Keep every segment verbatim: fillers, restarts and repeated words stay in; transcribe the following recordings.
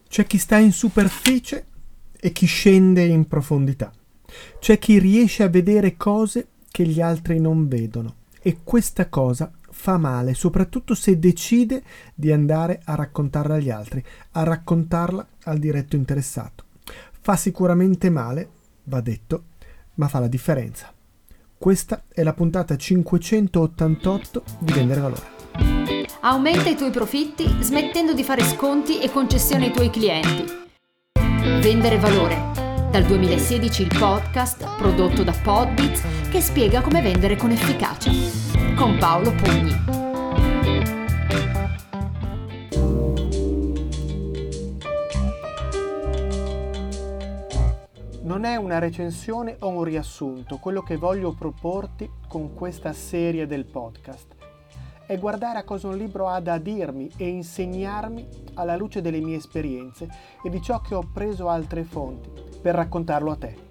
C'è chi sta in superficie e chi scende in profondità. C'è chi riesce a vedere cose che gli altri non vedono e questa cosa fa male, soprattutto se decide di andare a raccontarla agli altri, a raccontarla al diretto interessato. Fa sicuramente male, va detto, ma fa la differenza. Questa è la puntata cinquecentottantotto di Vendere Valore. Aumenta i tuoi profitti smettendo di fare sconti e concessioni ai tuoi clienti. Vendere Valore. Dal duemilasedici il podcast prodotto da Podbiz che spiega come vendere con efficacia. Con Paolo Pugni. Non è una recensione o un riassunto quello che voglio proporti con questa serie del podcast. È guardare a cosa un libro ha da dirmi e insegnarmi alla luce delle mie esperienze e di ciò che ho preso altre fonti per raccontarlo a te.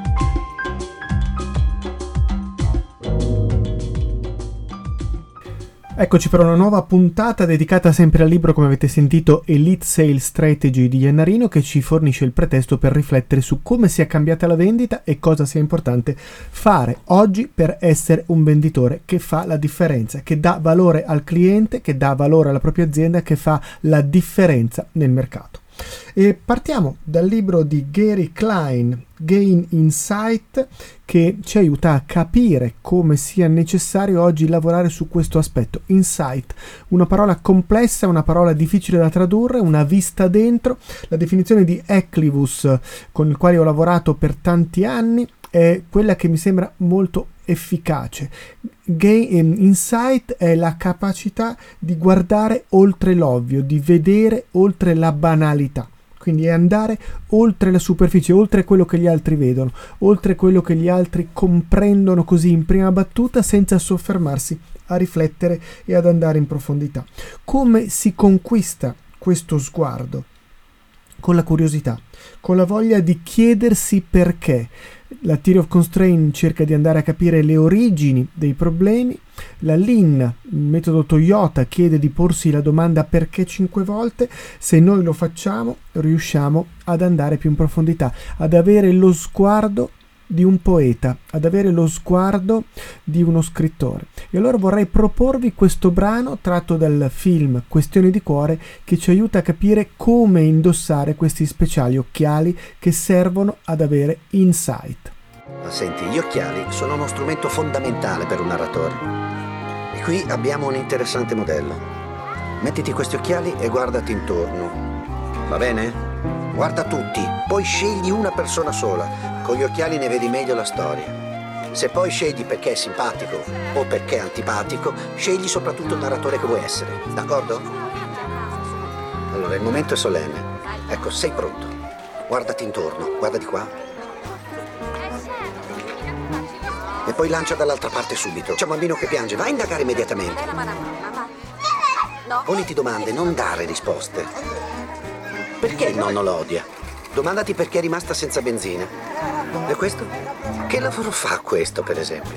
Eccoci per una nuova puntata dedicata sempre al libro, come avete sentito, Elite Sales Strategy di Iannarino, che ci fornisce il pretesto per riflettere su come sia cambiata la vendita e cosa sia importante fare oggi per essere un venditore che fa la differenza, che dà valore al cliente, che dà valore alla propria azienda, che fa la differenza nel mercato. E partiamo dal libro di Gary Klein, Gain Insight, che ci aiuta a capire come sia necessario oggi lavorare su questo aspetto. Insight, una parola complessa, una parola difficile da tradurre, una vista dentro. La definizione di Eclivus, con il quale ho lavorato per tanti anni, è quella che mi sembra molto efficace. Gain Insight è la capacità di guardare oltre l'ovvio, di vedere oltre la banalità. Quindi è andare oltre la superficie, oltre quello che gli altri vedono, oltre quello che gli altri comprendono così in prima battuta, senza soffermarsi a riflettere e ad andare in profondità. Come si conquista questo sguardo? Con la curiosità, con la voglia di chiedersi perché. La Theory of Constraint cerca di andare a capire le origini dei problemi. La Lean, il metodo Toyota, chiede di porsi la domanda perché cinque volte. Se noi lo facciamo, riusciamo ad andare più in profondità, ad avere lo sguardo di un poeta, ad avere lo sguardo di uno scrittore. E allora vorrei proporvi questo brano tratto dal film Questioni di cuore, che ci aiuta a capire come indossare questi speciali occhiali che servono ad avere insight. Senti, gli occhiali sono uno strumento fondamentale per un narratore. E qui abbiamo un interessante modello. Mettiti questi occhiali e guardati intorno. Va bene? Guarda tutti, poi scegli una persona sola. Con gli occhiali ne vedi meglio la storia. Se poi scegli perché è simpatico o perché è antipatico, scegli soprattutto il narratore che vuoi essere, d'accordo? Allora, il momento è solenne. Ecco, sei pronto. Guardati intorno, guarda di qua. E poi lancia dall'altra parte subito. C'è un bambino che piange, vai a indagare immediatamente. Poniti domande, non dare risposte. Perché il nonno lo odia? Domandati perché è rimasta senza benzina. E questo? Che lavoro fa questo, per esempio?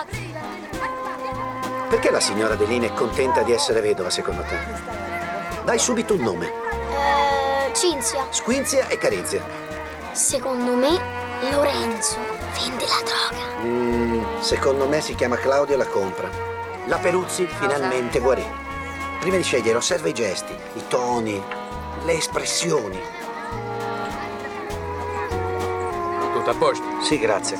Perché la signora Deline è contenta di essere vedova, secondo te? Dai subito un nome. Eh, Cinzia. Squinzia e Carizia. Secondo me, Lorenzo vende la droga. Mm, secondo me si chiama Claudio e la compra. La Peruzzi finalmente guarì. Prima di scegliere, osserva i gesti, i toni, le espressioni. Tutto a posto? Sì, grazie.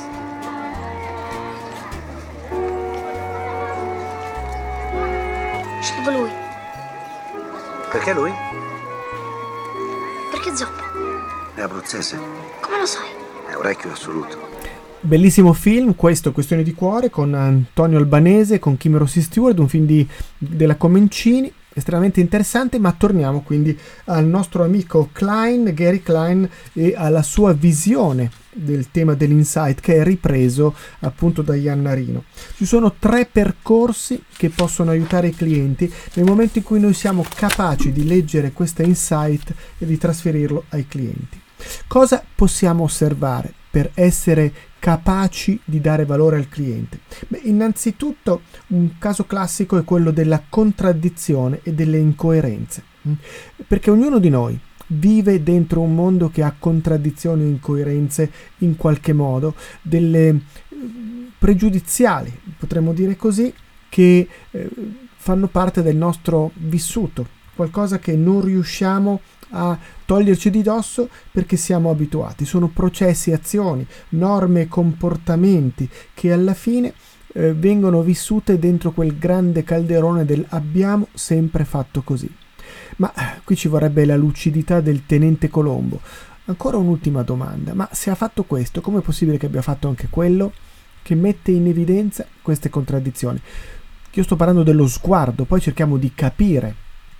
Scelgo lui. Perché lui? Perché zoppo. È abruzzese. Come lo sai? È orecchio assoluto. Bellissimo film, questo, Questioni di cuore, con Antonio Albanese, con Kim Rossi Stewart, un film di, della Comencini, estremamente interessante. Ma torniamo quindi al nostro amico Klein, Gary Klein, e alla sua visione del tema dell'insight, che è ripreso appunto da Iannarino. Ci sono tre percorsi che possono aiutare i clienti nel momento in cui noi siamo capaci di leggere questa insight e di trasferirlo ai clienti. Cosa possiamo osservare per essere capaci di dare valore al cliente? Beh, innanzitutto un caso classico è quello della contraddizione e delle incoerenze, perché ognuno di noi vive dentro un mondo che ha contraddizioni o incoerenze in qualche modo, delle pregiudiziali, potremmo dire così, che eh, fanno parte del nostro vissuto, qualcosa che non riusciamo a toglierci di dosso perché siamo abituati. Sono processi, azioni, norme e comportamenti che alla fine eh, vengono vissute dentro quel grande calderone del abbiamo sempre fatto così. Ma eh, qui ci vorrebbe la lucidità del tenente Colombo. Ancora un'ultima domanda: ma se ha fatto questo, com'è possibile che abbia fatto anche quello? Che mette in evidenza queste contraddizioni. Io sto parlando dello sguardo, poi cerchiamo di capire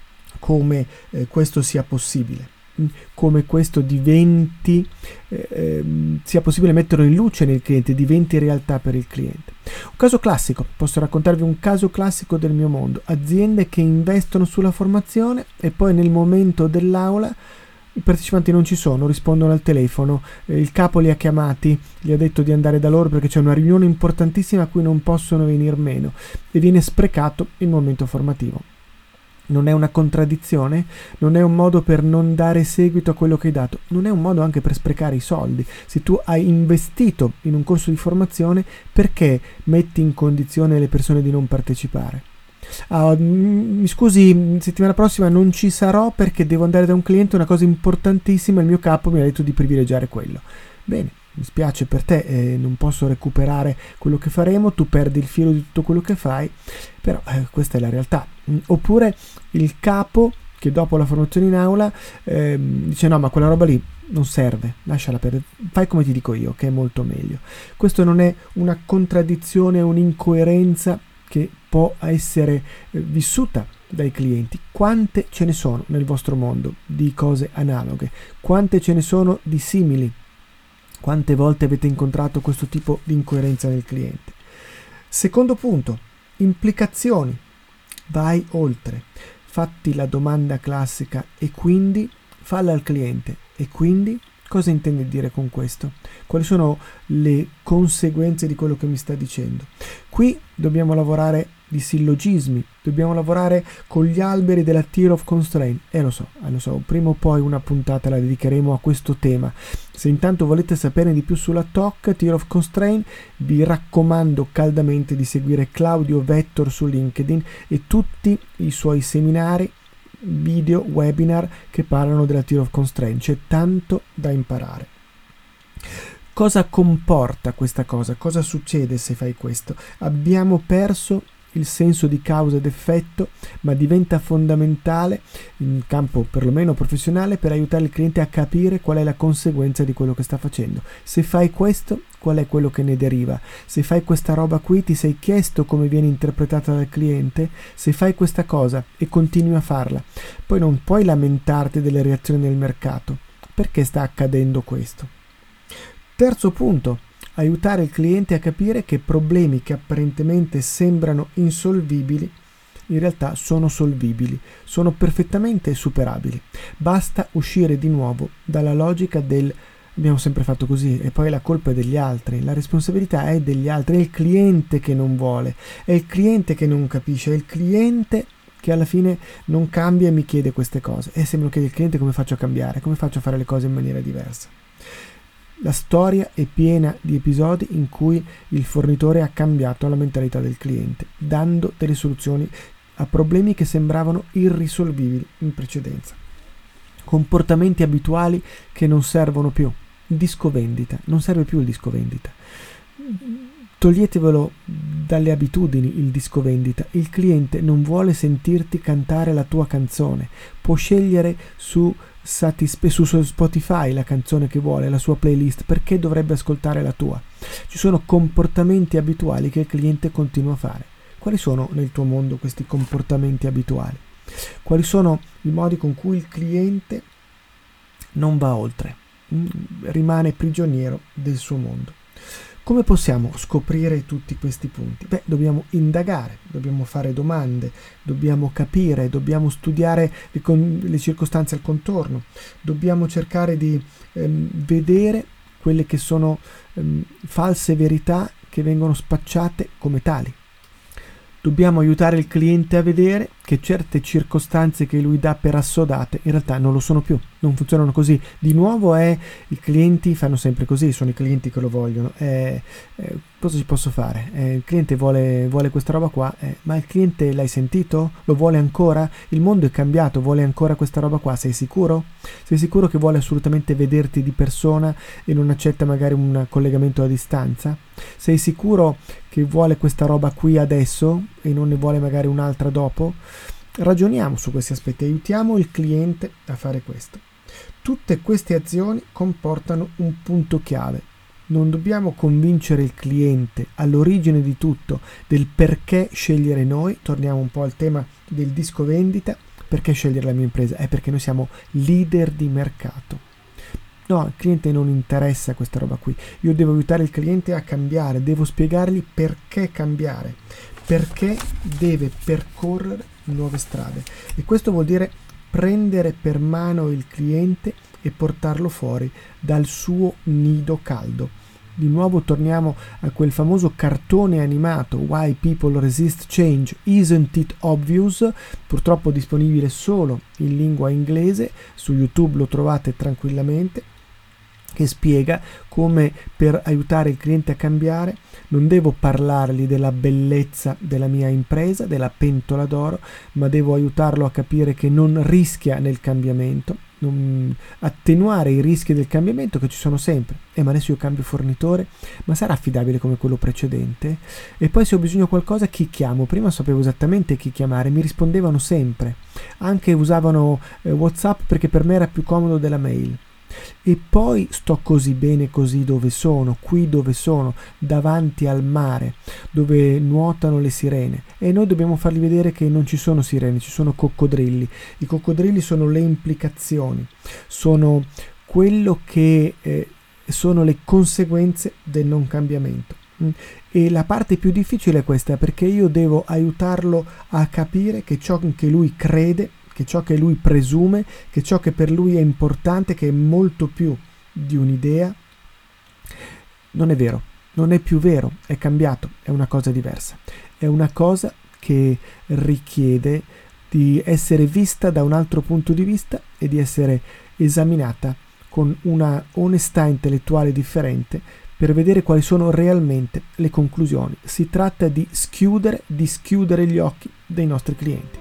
come eh, questo sia possibile, come questo diventi, eh, eh, sia possibile metterlo in luce nel cliente, diventi realtà per il cliente. Un caso classico, posso raccontarvi un caso classico del mio mondo: aziende che investono sulla formazione e poi nel momento dell'aula i partecipanti non ci sono, rispondono al telefono, eh, il capo li ha chiamati, gli ha detto di andare da loro perché c'è una riunione importantissima a cui non possono venir meno, e viene sprecato il momento formativo. Non è una contraddizione? Non è un modo per non dare seguito a quello che hai dato? Non è un modo anche per sprecare i soldi? Se tu hai investito in un corso di formazione, perché metti in condizione le persone di non partecipare? Ah, mi scusi, settimana prossima non ci sarò perché devo andare da un cliente, una cosa importantissima, il mio capo mi ha detto di privilegiare quello. Bene, mi spiace per te, eh, non posso recuperare quello che faremo, tu perdi il filo di tutto quello che fai, però eh, questa è la realtà. Oppure il capo che dopo la formazione in aula eh, dice no, ma quella roba lì non serve, lasciala perdere, fai come ti dico io che è molto meglio. Questo non è una contraddizione, un'incoerenza che può essere eh, vissuta dai clienti. Quante ce ne sono nel vostro mondo di cose analoghe? Quante ce ne sono di simili? Quante volte avete incontrato questo tipo di incoerenza nel cliente? Secondo punto, implicazioni. Vai oltre. Fatti la domanda classica: e quindi? Falla al cliente: e quindi? Cosa intende dire con questo? Quali sono le conseguenze di quello che mi sta dicendo? Qui dobbiamo lavorare di sillogismi, dobbiamo lavorare con gli alberi della Theory of Constraint. E eh, lo so, eh, lo so, prima o poi una puntata la dedicheremo a questo tema. Se intanto volete sapere di più sulla T O C, Theory of Constraint, vi raccomando caldamente di seguire Claudio Vettor su LinkedIn e tutti i suoi seminari, video, webinar che parlano della Theory of Constraint. C'è tanto da imparare. Cosa comporta questa cosa? Cosa succede se fai questo? Abbiamo perso il senso di causa ed effetto, ma diventa fondamentale in campo perlomeno professionale per aiutare il cliente a capire qual è la conseguenza di quello che sta facendo. Se fai questo, qual è quello che ne deriva? Se fai questa roba qui, ti sei chiesto come viene interpretata dal cliente? Se fai questa cosa e continui a farla, poi non puoi lamentarti delle reazioni del mercato. Perché sta accadendo questo? Terzo punto: aiutare il cliente a capire che problemi che apparentemente sembrano insolvibili in realtà sono solvibili, sono perfettamente superabili. Basta uscire di nuovo dalla logica del abbiamo sempre fatto così e poi la colpa è degli altri, la responsabilità è degli altri, è il cliente che non vuole, è il cliente che non capisce, è il cliente che alla fine non cambia e mi chiede queste cose. E se me lo chiede il cliente, come faccio a cambiare? Come faccio a fare le cose in maniera diversa? La storia è piena di episodi in cui il fornitore ha cambiato la mentalità del cliente, dando delle soluzioni a problemi che sembravano irrisolvibili in precedenza. Comportamenti abituali che non servono più. Il disco vendita, non serve più il disco vendita. Toglietevelo dalle abitudini il disco vendita. Il cliente non vuole sentirti cantare la tua canzone. Può scegliere su Satispe- su Spotify la canzone che vuole, la sua playlist. Perché dovrebbe ascoltare la tua? Ci sono comportamenti abituali che il cliente continua a fare. Quali sono nel tuo mondo questi comportamenti abituali? Quali sono i modi con cui il cliente non va oltre, rimane prigioniero del suo mondo? Come possiamo scoprire tutti questi punti? Beh, dobbiamo indagare, dobbiamo fare domande, dobbiamo capire, dobbiamo studiare le, con- le circostanze al contorno, dobbiamo cercare di ehm, vedere quelle che sono ehm, false verità che vengono spacciate come tali. Dobbiamo aiutare il cliente a vedere che certe circostanze che lui dà per assodate in realtà non lo sono più, non funzionano così. Di nuovo è i clienti fanno sempre così, sono i clienti che lo vogliono. Eh, eh, cosa ci posso fare? Eh, il cliente vuole, vuole questa roba qua, eh, ma il cliente l'hai sentito? Lo vuole ancora? Il mondo è cambiato, vuole ancora questa roba qua? Sei sicuro? Sei sicuro che vuole assolutamente vederti di persona e non accetta magari un collegamento a distanza? Sei sicuro che vuole questa roba qui adesso e non ne vuole magari un'altra dopo? Ragioniamo su questi aspetti, aiutiamo il cliente a fare questo. Tutte queste azioni comportano un punto chiave. Non dobbiamo convincere il cliente all'origine di tutto del perché scegliere noi. Torniamo un po' al tema del disco vendita. Perché scegliere la mia impresa? È perché noi siamo leader di mercato. No, al cliente non interessa questa roba qui. Io devo aiutare il cliente a cambiare, devo spiegargli perché cambiare, perché deve percorrere nuove strade. E questo vuol dire prendere per mano il cliente e portarlo fuori dal suo nido caldo. Di nuovo torniamo a quel famoso cartone animato Why People Resist Change, Isn't It Obvious? Purtroppo disponibile solo in lingua inglese, su YouTube lo trovate tranquillamente, che spiega come per aiutare il cliente a cambiare non devo parlargli della bellezza della mia impresa, della pentola d'oro, ma devo aiutarlo a capire che non rischia nel cambiamento, non attenuare i rischi del cambiamento che ci sono sempre. Eh, ma adesso io cambio fornitore, ma sarà affidabile come quello precedente? E poi se ho bisogno di qualcosa chi chiamo? Prima sapevo esattamente chi chiamare, mi rispondevano sempre, anche usavano eh, WhatsApp perché per me era più comodo della mail. E poi sto così bene così dove sono, qui dove sono, davanti al mare, dove nuotano le sirene, e noi dobbiamo fargli vedere che non ci sono sirene, ci sono coccodrilli. I coccodrilli sono le implicazioni, sono quello che eh, sono le conseguenze del non cambiamento. E la parte più difficile è questa, perché io devo aiutarlo a capire che ciò che lui crede, che ciò che lui presume, che ciò che per lui è importante, che è molto più di un'idea, non è vero, non è più vero, è cambiato, è una cosa diversa, è una cosa che richiede di essere vista da un altro punto di vista e di essere esaminata con una onestà intellettuale differente per vedere quali sono realmente le conclusioni. Si tratta di schiudere, di schiudere gli occhi dei nostri clienti.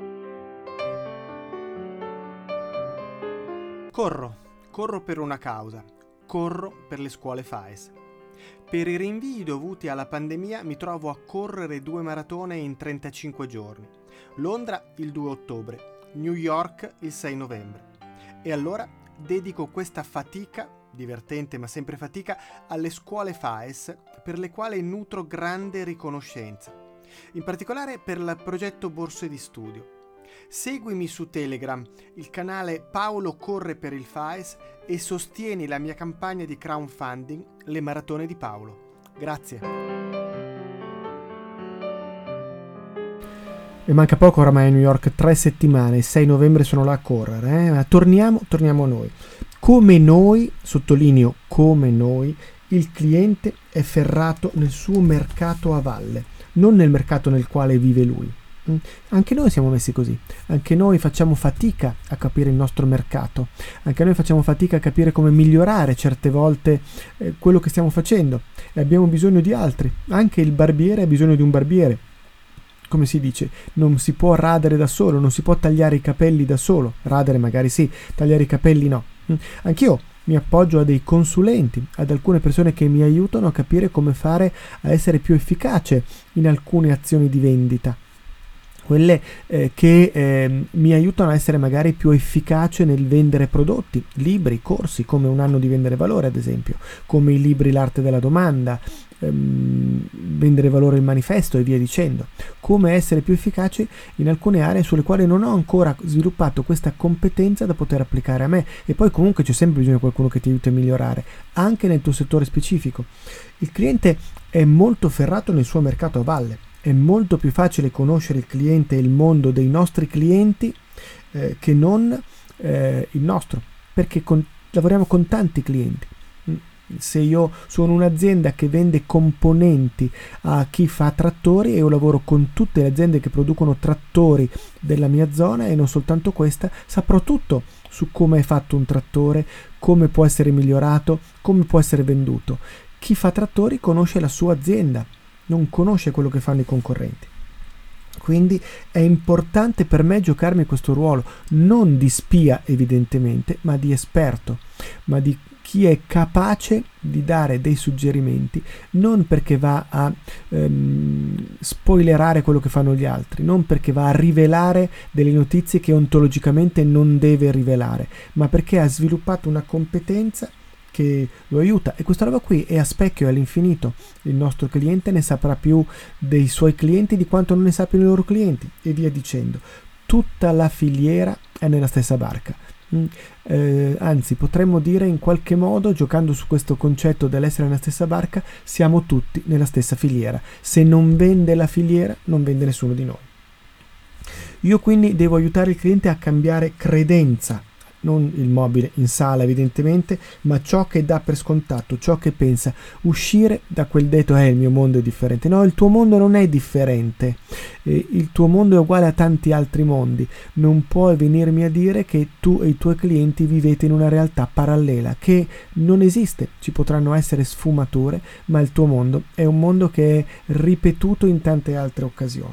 Corro, corro per una causa, corro per le scuole F A E S. Per i rinvii dovuti alla pandemia mi trovo a correre due maratone in trentacinque giorni. Londra il due ottobre, New York il sei novembre. E allora dedico questa fatica, divertente ma sempre fatica, alle scuole F A E S per le quali nutro grande riconoscenza, in particolare per il progetto Borse di Studio. Seguimi su Telegram, il canale Paolo Corre per il F A E S, e sostieni la mia campagna di crowdfunding Le Maratone di Paolo. Grazie. E manca poco oramai a New York, tre settimane, il sei novembre sono là a correre. Eh? Ma torniamo, torniamo a noi. Come noi, sottolineo come noi, il cliente è ferrato nel suo mercato a valle, non nel mercato nel quale vive lui. Anche noi siamo messi così, anche noi facciamo fatica a capire il nostro mercato, anche noi facciamo fatica a capire come migliorare certe volte eh, quello che stiamo facendo, e abbiamo bisogno di altri. Anche il barbiere ha bisogno di un barbiere. Come si dice, non si può radere da solo, non si può tagliare i capelli da solo. Radere magari sì, tagliare i capelli no. Anch'io mi appoggio a dei consulenti, ad alcune persone che mi aiutano a capire come fare a essere più efficace in alcune azioni di vendita. Quelle eh, che eh, mi aiutano a essere magari più efficace nel vendere prodotti, libri, corsi, come Un anno di vendere valore ad esempio, come i libri L'arte della domanda, ehm, vendere valore il manifesto e via dicendo. Come essere più efficace in alcune aree sulle quali non ho ancora sviluppato questa competenza da poter applicare a me. E poi comunque c'è sempre bisogno di qualcuno che ti aiuti a migliorare, anche nel tuo settore specifico. Il cliente è molto ferrato nel suo mercato a valle. È molto più facile conoscere il cliente e il mondo dei nostri clienti eh, che non eh, il nostro, perché con, lavoriamo con tanti clienti. Se io sono un'azienda che vende componenti a chi fa trattori e io lavoro con tutte le aziende che producono trattori della mia zona e non soltanto questa, saprò tutto su come è fatto un trattore, come può essere migliorato, come può essere venduto. Chi fa trattori conosce la sua azienda, non conosce quello che fanno i concorrenti. Quindi è importante per me giocarmi questo ruolo, non di spia evidentemente, ma di esperto, ma di chi è capace di dare dei suggerimenti, non perché va a ehm, spoilerare quello che fanno gli altri, non perché va a rivelare delle notizie che ontologicamente non deve rivelare, ma perché ha sviluppato una competenza che lo aiuta, e questa roba qui è a specchio, è all'infinito. Il nostro cliente ne saprà più dei suoi clienti di quanto non ne sappiano i loro clienti, e via dicendo. Tutta la filiera è nella stessa barca. Mm. Eh, anzi, potremmo dire in qualche modo, giocando su questo concetto dell'essere nella stessa barca, siamo tutti nella stessa filiera. Se non vende la filiera, non vende nessuno di noi. Io quindi devo aiutare il cliente a cambiare credenza, non il mobile in sala evidentemente, ma ciò che dà per scontato, ciò che pensa, uscire da quel detto eh il mio mondo è differente. No, il tuo mondo non è differente, eh, il tuo mondo è uguale a tanti altri mondi. Non puoi venirmi a dire che tu e i tuoi clienti vivete in una realtà parallela che non esiste. Ci potranno essere sfumature, ma il tuo mondo è un mondo che è ripetuto in tante altre occasioni,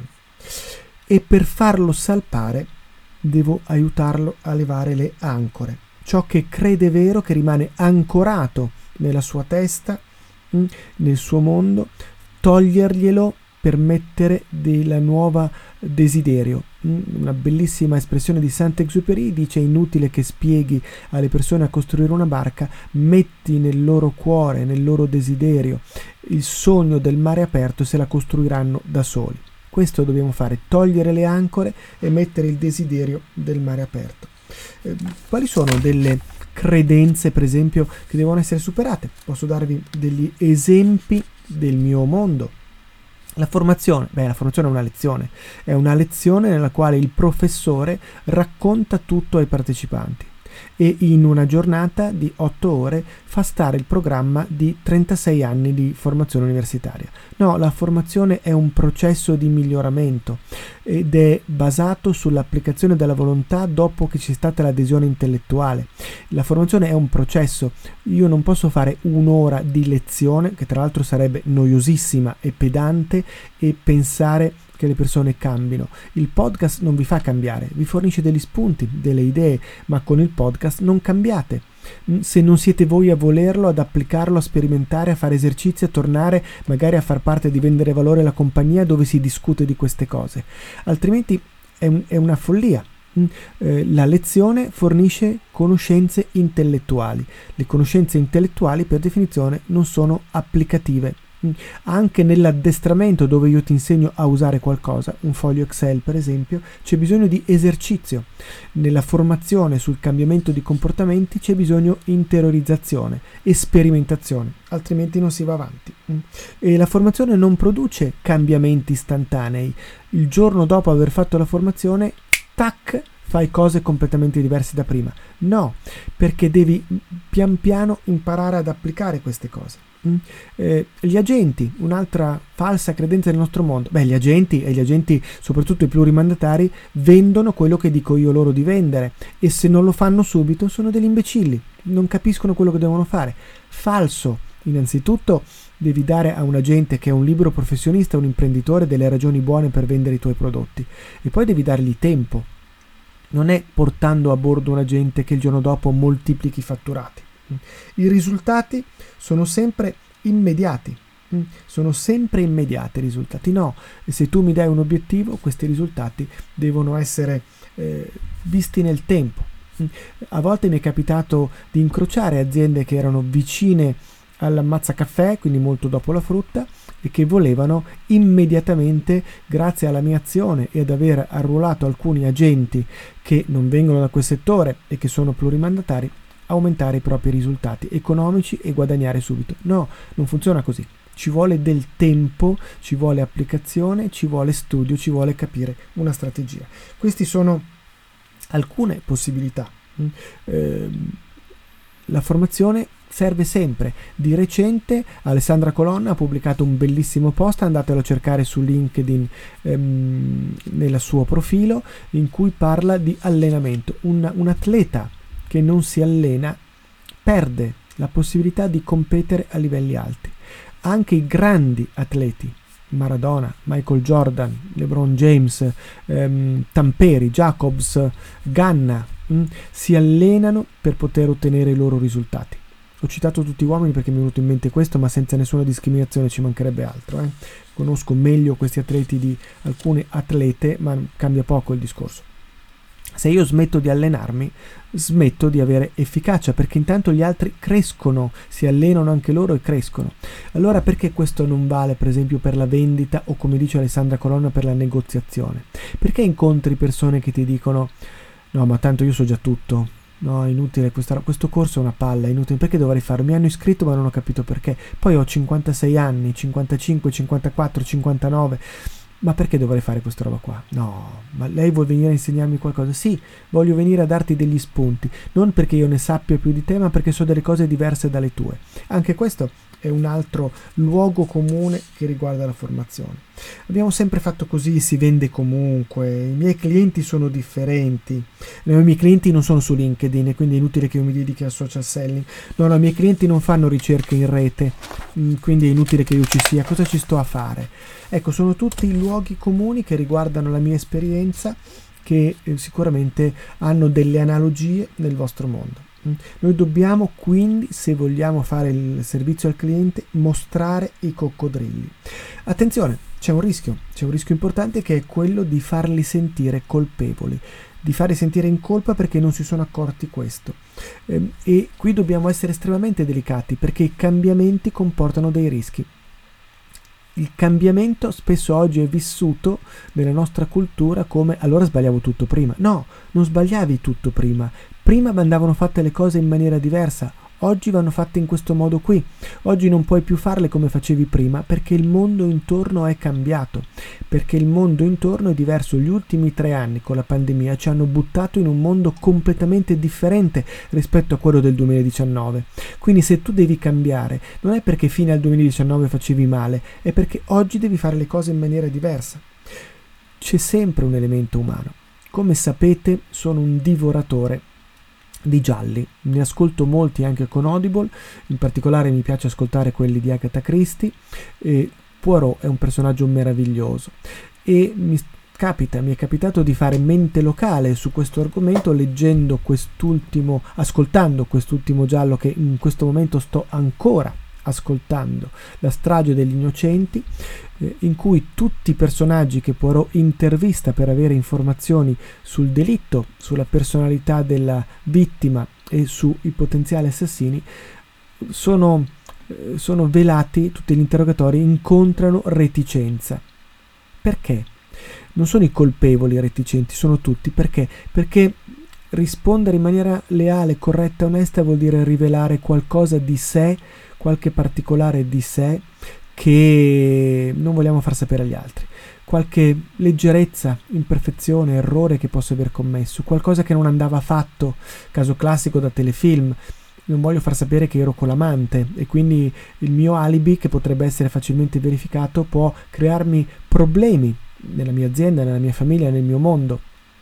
e per farlo salpare devo aiutarlo a levare le ancore, ciò che crede vero, che rimane ancorato nella sua testa, mh, nel suo mondo, toglierglielo per mettere della nuova desiderio. Mh, una bellissima espressione di Saint-Exupéry dice: inutile che spieghi alle persone a costruire una barca, metti nel loro cuore, nel loro desiderio il sogno del mare aperto, se la costruiranno da soli. Questo dobbiamo fare, togliere le ancore e mettere il desiderio del mare aperto. Eh, quali sono delle credenze, per esempio, che devono essere superate? Posso darvi degli esempi del mio mondo. La formazione, beh, la formazione è una lezione, è una lezione nella quale il professore racconta tutto ai partecipanti e in una giornata di otto ore fa stare il programma di trentasei anni di formazione universitaria. No, la formazione è un processo di miglioramento ed è basato sull'applicazione della volontà dopo che c'è stata l'adesione intellettuale. La formazione è un processo. Io non posso fare un'ora di lezione, che tra l'altro sarebbe noiosissima e pedante, e pensare che le persone cambino. Il podcast non vi fa cambiare, vi fornisce degli spunti, delle idee, ma con il podcast non cambiate. Se non siete voi a volerlo, ad applicarlo, a sperimentare, a fare esercizi, a tornare magari a far parte di Vendere Valore, la compagnia dove si discute di queste cose. Altrimenti è, un, è una follia. Eh, la lezione fornisce conoscenze intellettuali. Le conoscenze intellettuali per definizione non sono applicative. Anche nell'addestramento, dove io ti insegno a usare qualcosa, un foglio Excel per esempio, c'è bisogno di esercizio. Nella formazione sul cambiamento di comportamenti c'è bisogno di interiorizzazione e sperimentazione, altrimenti non si va avanti. E la formazione non produce cambiamenti istantanei. Il giorno dopo aver fatto la formazione, tac, fai cose completamente diverse da prima. No, perché devi pian piano imparare ad applicare queste cose. Eh, gli agenti, un'altra falsa credenza del nostro mondo. Beh, gli agenti, e gli agenti soprattutto i plurimandatari, vendono quello che dico io loro di vendere, e se non lo fanno subito sono degli imbecilli, non capiscono quello che devono fare. Falso. Innanzitutto devi dare a un agente che è un libero professionista, un imprenditore, delle ragioni buone per vendere i tuoi prodotti, e poi devi dargli tempo. Non è portando a bordo un agente che il giorno dopo moltiplichi i fatturati. I risultati sono sempre immediati, sono sempre immediati i risultati. No, se tu mi dai un obiettivo, questi risultati devono essere eh, visti nel tempo. A volte mi è capitato di incrociare aziende che erano vicine all'ammazzacaffè, quindi molto dopo la frutta, e che volevano immediatamente, grazie alla mia azione e ad aver arruolato alcuni agenti che non vengono da quel settore e che sono plurimandatari, aumentare i propri risultati economici e guadagnare subito. No, non funziona così. Ci vuole del tempo, ci vuole applicazione, ci vuole studio, ci vuole capire una strategia. Queste sono alcune possibilità. Eh, la formazione serve sempre. Di recente Alessandra Colonna ha pubblicato un bellissimo post, andatelo a cercare su LinkedIn ehm, nel suo profilo, in cui parla di allenamento. Un, un atleta che non si allena perde la possibilità di competere a livelli alti. Anche i grandi atleti, Maradona, Michael Jordan, LeBron James, ehm, Tamperi, Jacobs, Ganna, mh, si allenano per poter ottenere i loro risultati. Ho citato tutti uomini perché mi è venuto in mente questo, ma senza nessuna discriminazione, ci mancherebbe altro. Eh. Conosco meglio questi atleti di alcune atlete, ma cambia poco il discorso. Se io smetto di allenarmi, smetto di avere efficacia, perché intanto gli altri crescono, si allenano anche loro e crescono. Allora perché questo non vale per esempio per la vendita o, come dice Alessandra Colonna, per la negoziazione? Perché incontri persone che ti dicono no, ma tanto io so già tutto, no, è inutile, questa, questo corso è una palla, è inutile, perché dovrei farlo? Mi hanno iscritto ma non ho capito perché, poi ho cinquantasei anni, cinquantacinque, cinquantaquattro, cinquantanove, ma perché dovrei fare questa roba qua? No, ma lei vuol venire a insegnarmi qualcosa? Sì, voglio venire a darti degli spunti, non perché io ne sappia più di te, ma perché so delle cose diverse dalle tue. Anche questo è un altro luogo comune che riguarda la formazione. Abbiamo sempre fatto così, si vende comunque, i miei clienti sono differenti, i miei clienti non sono su LinkedIn e quindi è inutile che io mi dedichi al social selling, no, no, i miei clienti non fanno ricerche in rete, quindi è inutile che io ci sia, cosa ci sto a fare? Ecco, sono tutti luoghi comuni che riguardano la mia esperienza, che eh, sicuramente hanno delle analogie nel vostro mondo. Noi dobbiamo quindi, se vogliamo fare il servizio al cliente, mostrare i coccodrilli. Attenzione, c'è un rischio, c'è un rischio importante, che è quello di farli sentire colpevoli, di farli sentire in colpa perché non si sono accorti questo. E, e qui dobbiamo essere estremamente delicati, perché i cambiamenti comportano dei rischi. Il cambiamento spesso oggi è vissuto nella nostra cultura come allora sbagliavo tutto prima. No, non sbagliavi tutto prima. Prima andavano fatte le cose in maniera diversa, oggi vanno fatte in questo modo qui. Oggi non puoi più farle come facevi prima perché il mondo intorno è cambiato, perché il mondo intorno è diverso. Gli ultimi tre anni con la pandemia ci hanno buttato in un mondo completamente differente rispetto a quello del duemiladiciannove. Quindi se tu devi cambiare, non è perché fino al duemiladiciannove facevi male, è perché oggi devi fare le cose in maniera diversa. C'è sempre un elemento umano. Come sapete, sono un divoratore di gialli, ne ascolto molti anche con Audible, in particolare mi piace ascoltare quelli di Agatha Christie, e Poirot è un personaggio meraviglioso e mi capita, mi è capitato di fare mente locale su questo argomento leggendo quest'ultimo, ascoltando quest'ultimo giallo che in questo momento sto ancora ascoltando, La strage degli innocenti, eh, in cui tutti i personaggi che Poirot intervista per avere informazioni sul delitto, sulla personalità della vittima e sui potenziali assassini sono, eh, sono velati, tutti gli interrogatori incontrano reticenza. Perché? Non sono i colpevoli reticenti, sono tutti. Perché? Perché rispondere in maniera leale, corretta e onesta vuol dire rivelare qualcosa di sé, qualche particolare di sé che non vogliamo far sapere agli altri, qualche leggerezza, imperfezione, errore che posso aver commesso, qualcosa che non andava fatto, caso classico da telefilm. Non voglio far sapere che ero con l'amante e quindi il mio alibi, che potrebbe essere facilmente verificato, può crearmi problemi nella mia azienda, nella mia famiglia, nel mio mondo.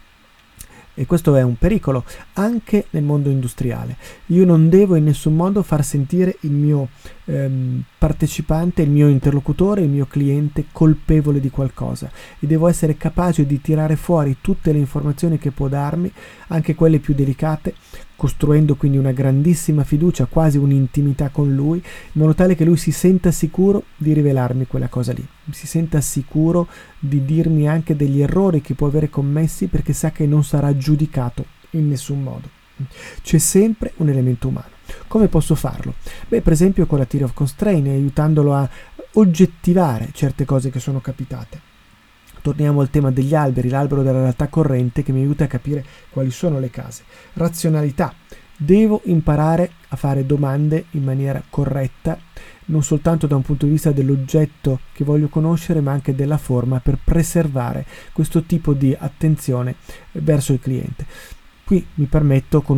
E questo è un pericolo anche nel mondo industriale. Io non devo in nessun modo far sentire il mio ehm, partecipante, il mio interlocutore, il mio cliente colpevole di qualcosa, e devo essere capace di tirare fuori tutte le informazioni che può darmi, anche quelle più delicate, costruendo quindi una grandissima fiducia, quasi un'intimità con lui, in modo tale che lui si senta sicuro di rivelarmi quella cosa lì, si senta sicuro di dirmi anche degli errori che può avere commessi, perché sa che non sarà giudicato in nessun modo. C'è sempre un elemento umano. Come posso farlo? Beh, per esempio con la Theory of Constraint, aiutandolo a oggettivare certe cose che sono capitate. Torniamo al tema degli alberi, l'albero della realtà corrente che mi aiuta a capire quali sono le case. Razionalità. Devo imparare a fare domande in maniera corretta, non soltanto da un punto di vista dell'oggetto che voglio conoscere, ma anche della forma, per preservare questo tipo di attenzione verso il cliente. Qui mi permetto, con un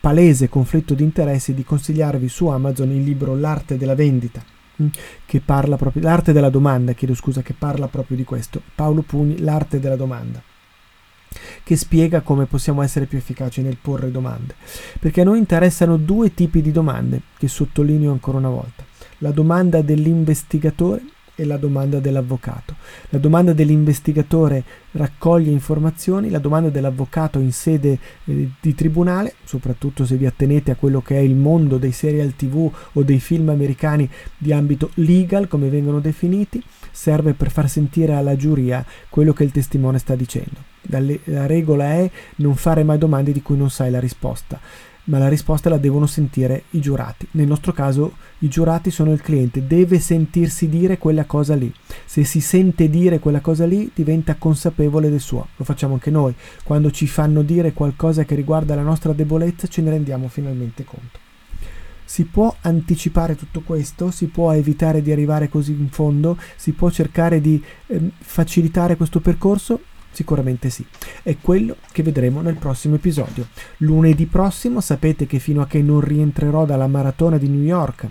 palese conflitto di interessi di consigliarvi su Amazon il libro L'arte della vendita, che parla proprio, l'arte della domanda, chiedo scusa, che parla proprio di questo. Paolo Pugni, L'arte della domanda, che spiega come possiamo essere più efficaci nel porre domande, perché a noi interessano due tipi di domande che sottolineo ancora una volta: la domanda dell'investigatore e la domanda dell'avvocato. La domanda dell'investigatore raccoglie informazioni, la domanda dell'avvocato in sede eh, di tribunale, soprattutto se vi attenete a quello che è il mondo dei serial tv o dei film americani di ambito legal, come vengono definiti, serve per far sentire alla giuria quello che il testimone sta dicendo. Dalle, la regola è non fare mai domande di cui non sai la risposta, ma la risposta la devono sentire i giurati. Nel nostro caso i giurati sono il cliente, deve sentirsi dire quella cosa lì. Se si sente dire quella cosa lì, diventa consapevole del suo. Lo facciamo anche noi. Quando ci fanno dire qualcosa che riguarda la nostra debolezza, ce ne rendiamo finalmente conto. Si può anticipare tutto questo? Si può evitare di arrivare così in fondo? Si può cercare di eh, facilitare questo percorso? Sicuramente sì. È quello che vedremo nel prossimo episodio. Lunedì prossimo sapete che fino a che non rientrerò dalla maratona di New York,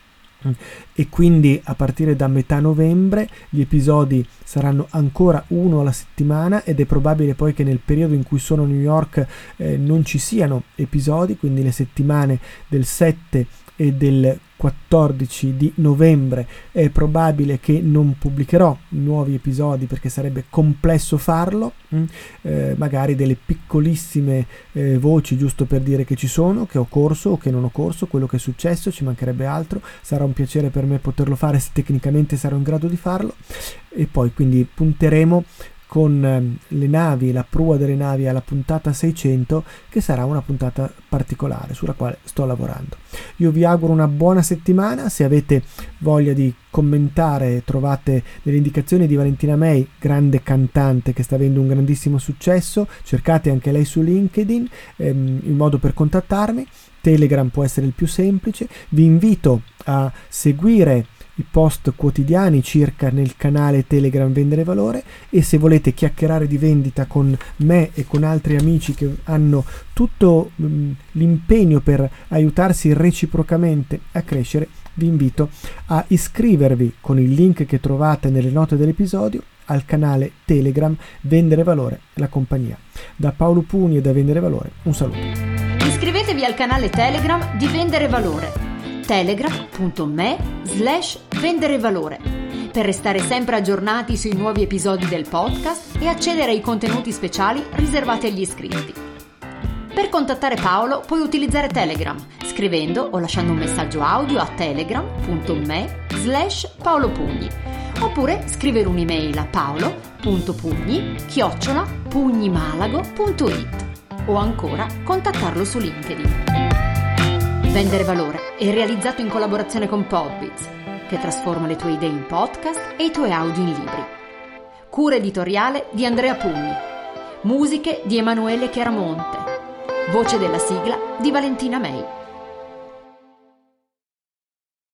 e quindi a partire da metà novembre gli episodi saranno ancora uno alla settimana, ed è probabile poi che nel periodo in cui sono a New York eh, non ci siano episodi, quindi le settimane del sette e del quattordici di novembre è probabile che non pubblicherò nuovi episodi, perché sarebbe complesso farlo, eh, magari delle piccolissime eh, voci giusto per dire che ci sono, che ho corso o che non ho corso, quello che è successo, ci mancherebbe altro. Sarà un piacere per me poterlo fare se tecnicamente sarò in grado di farlo, e poi quindi punteremo con le navi, la prua delle navi alla puntata seicento, che sarà una puntata particolare sulla quale sto lavorando. Io vi auguro una buona settimana. Se avete voglia di commentare, trovate delle indicazioni di Valentina May, grande cantante che sta avendo un grandissimo successo, cercate anche lei su LinkedIn, ehm, il modo per contattarmi. Telegram può essere il più semplice. Vi invito a seguire i post quotidiani circa nel canale Telegram Vendere Valore, e se volete chiacchierare di vendita con me e con altri amici che hanno tutto mh, l'impegno per aiutarsi reciprocamente a crescere, vi invito a iscrivervi con il link che trovate nelle note dell'episodio al canale Telegram Vendere Valore, la compagnia. Da Paolo Pugni e da Vendere Valore un saluto. Iscrivetevi al canale Telegram di Vendere Valore, telegram punto me slash vendere valore, per restare sempre aggiornati sui nuovi episodi del podcast e accedere ai contenuti speciali riservati agli iscritti. Per contattare Paolo puoi utilizzare Telegram scrivendo o lasciando un messaggio audio a telegram punto me slash paolo pugni, oppure scrivere un'email a paolo punto pugni chiocciola pugnimalago punto it, o ancora contattarlo su LinkedIn. Vendere Valore è realizzato in collaborazione con Podbiz, che trasforma le tue idee in podcast e i tuoi audio in libri. Cura editoriale di Andrea Pugni. Musiche di Emanuele Chiaramonte. Voce della sigla di Valentina May.